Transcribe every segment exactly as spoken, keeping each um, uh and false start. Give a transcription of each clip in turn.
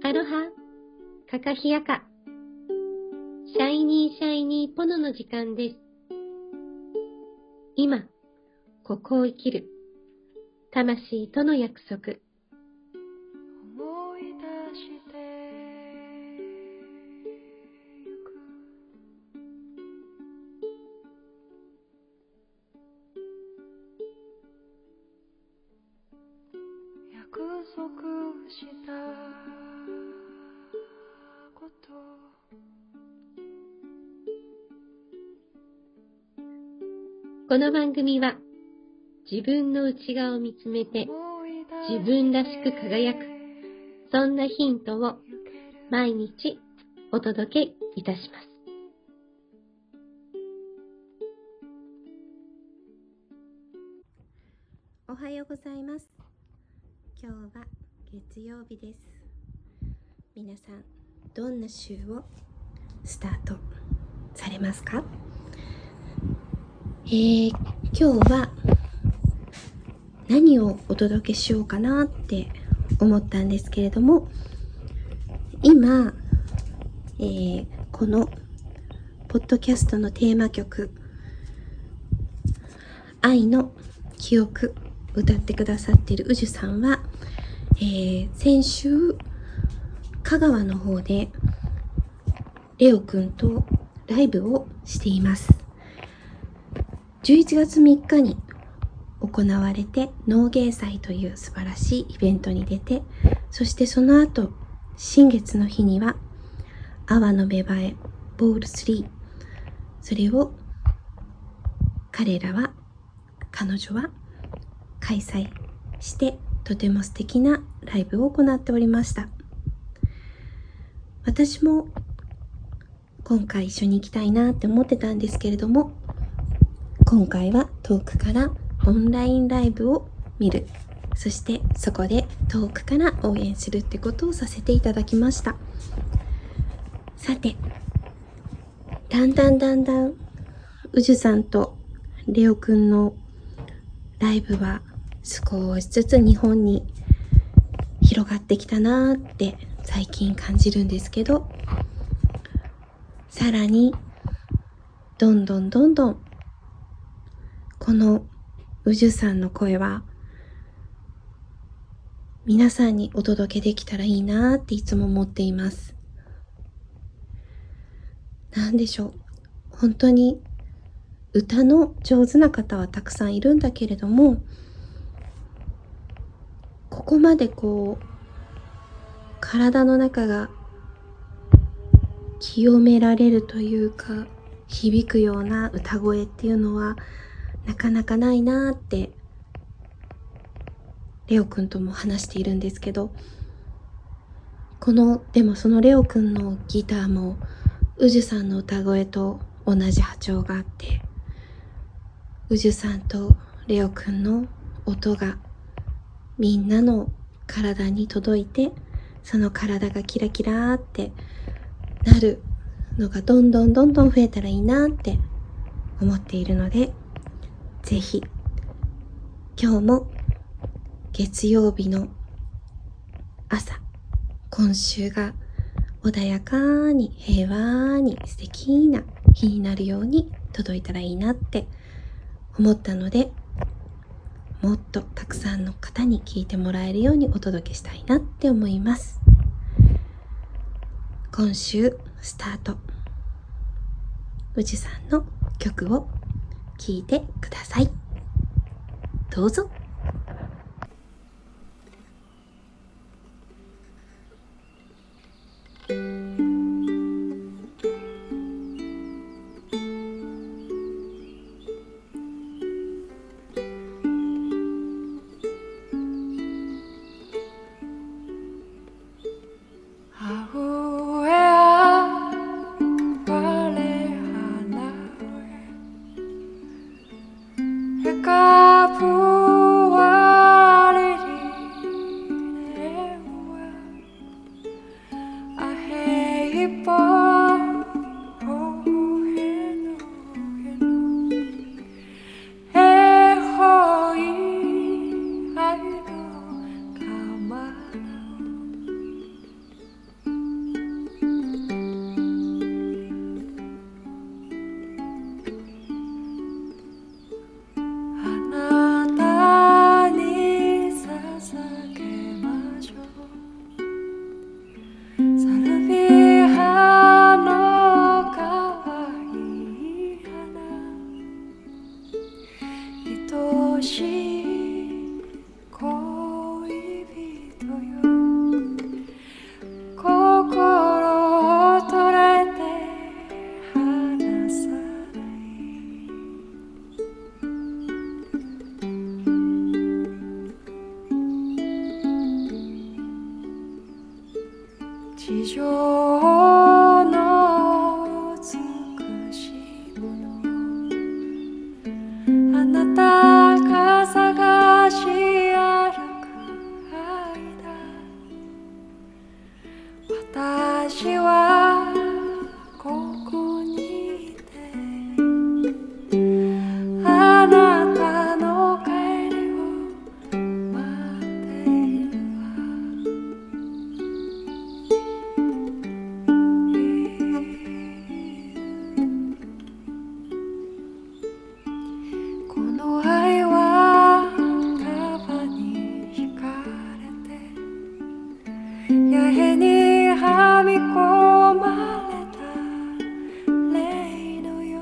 アロハ、カカヒヤカ、シャイニーシャイニーポノの時間です。今、ここを生きる、魂との約束。 思い出してゆく約束したことこの番組は自分の内側を見つめて自分らしく輝く、そんなヒントを毎日お届けいたします。おはようございます。今日は月曜日です。皆さんどんな週をスタートされますか？えー、今日は何をお届けしようかなって思ったんですけれども、今、えー、このポッドキャストのテーマ曲愛の記憶歌ってくださっているうじゅさんは、えー、先週香川の方でレオくんとライブをしています。じゅういちがつみっかに行われて農芸祭という素晴らしいイベントに出て、そしてその後新月の日には泡の芽生えボールスリー、それを彼らは彼女は開催してとても素敵なライブを行っておりました。私も今回一緒に行きたいなって思ってたんですけれども、今回は遠くからオンラインライブを見る、そしてそこで遠くから応援するってことをさせていただきました。さて、だんだんだんだんうじゅさんとレオくんのライブは少しずつ日本に広がってきたなーって最近感じるんですけど、さらにどんどんどんどんこのうじゅさんの声は皆さんにお届けできたらいいなーっていつも思っています。なんでしょう、本当に歌の上手な方はたくさんいるんだけれども、ここまでこう体の中が清められるというか響くような歌声っていうのはなかなかないなーってレオくんとも話しているんですけど、このでもそのレオくんのギターもうじゅさんの歌声と同じ波長があって、うじゅさんとレオくんの音がみんなの体に届いて、その体がキラキラーってなるのがどんどんどんどん増えたらいいなって思っているので、ぜひ今日も月曜日の朝、今週が穏やかに平和に素敵な日になるように届いたらいいなって思ったので、もっとたくさんの方に聞いてもらえるようにお届けしたいなって思います。今週スタート、うじさんの曲を聴いてください。どうぞ。 地上の美しいもの、あなたが探し歩く間、私はここにいて、あなたの帰りを待っているわ。この愛は束に惹かれて、八重にはみ込まれた霊のよ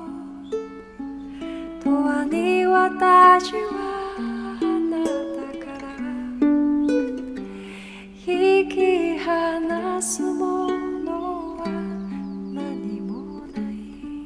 う、永遠に私はあなたから引き離すものは何もない。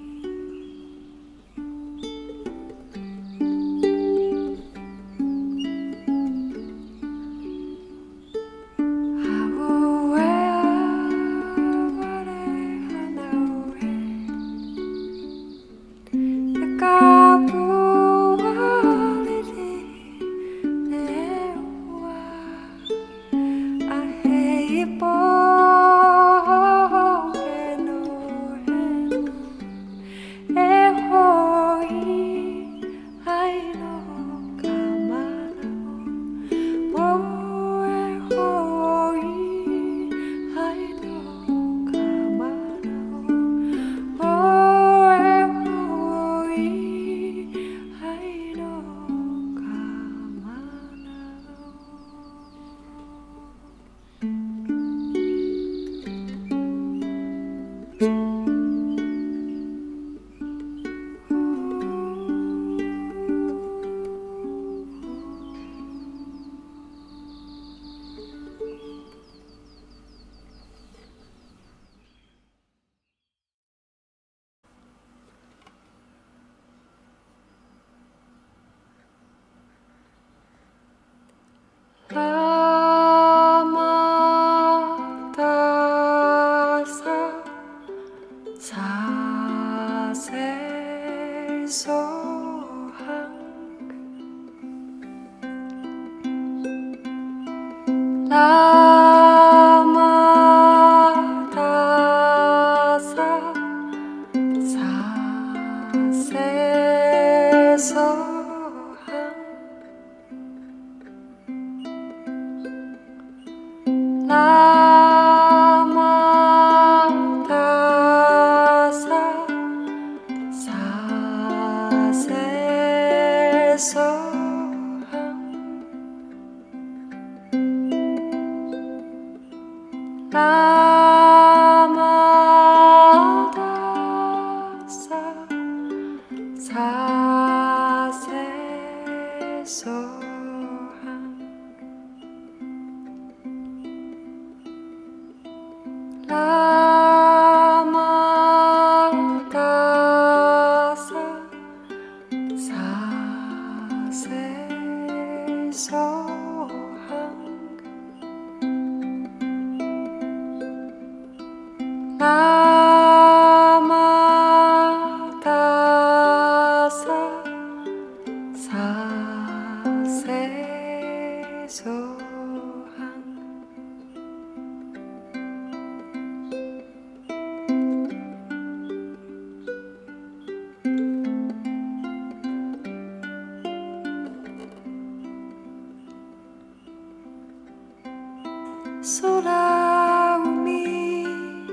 空、海、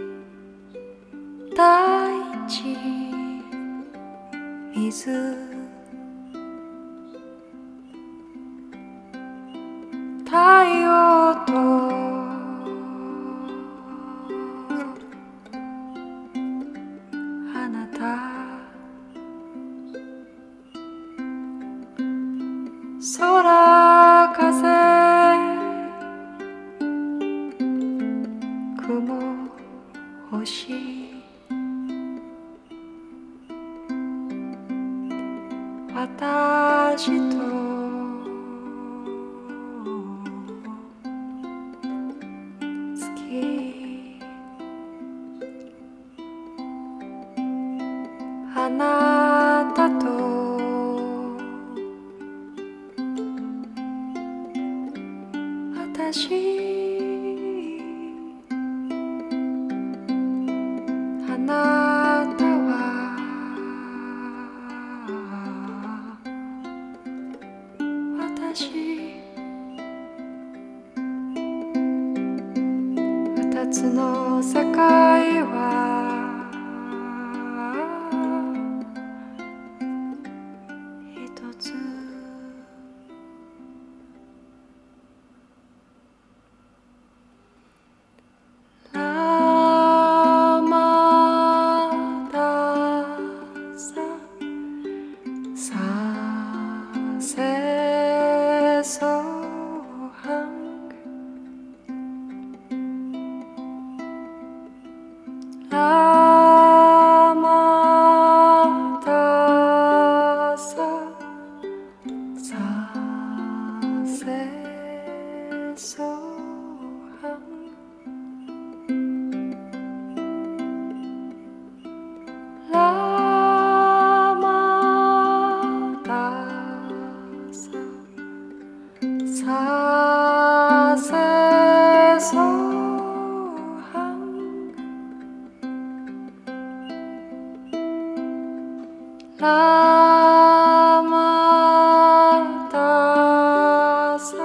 大地、水、太陽とあなた、空、風、雲、星、私と月、 二つの世界は一つラマダササセソハンラマダササセソハンラマダササセソハンラマダサ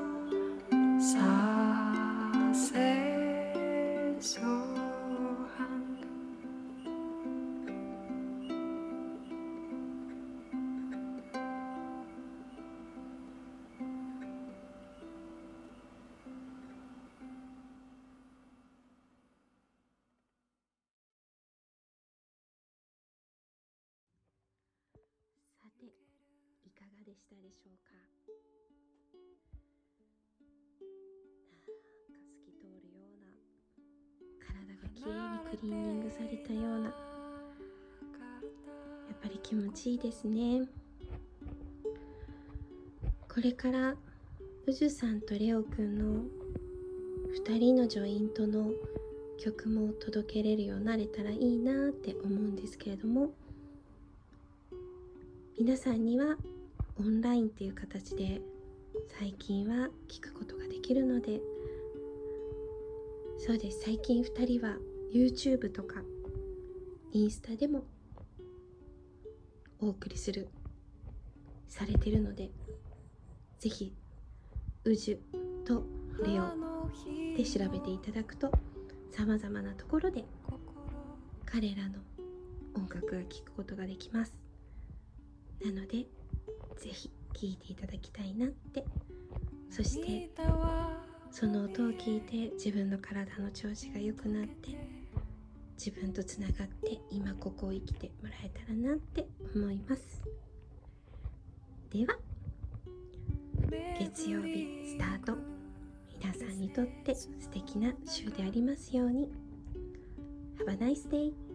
サセソハンさて、いかがでしたでしょうか。なんか透き通るような、体がきれいにクリーニングされたような、やっぱり気持ちいいですね。これからうじゅさんとレオくんのふたりのジョイントの曲も届けれるようになれたらいいなって思うんですけれども、皆さんにはオンラインっていう形で最近は聞くことができるので、そうです、最近ふたりは YouTube とかインスタでもお送りするされてるので、ぜひうじゅとレオで調べていただくと、さまざまなところで彼らの音楽が聴くことができます。なのでぜひ聴いていただきたいなって、そしてその音を聞いて自分の体の調子が良くなって、自分とつながって今ここを生きてもらえたらなって思います。では月曜日スタート、皆さんにとって素敵な週でありますように。Have a nice day!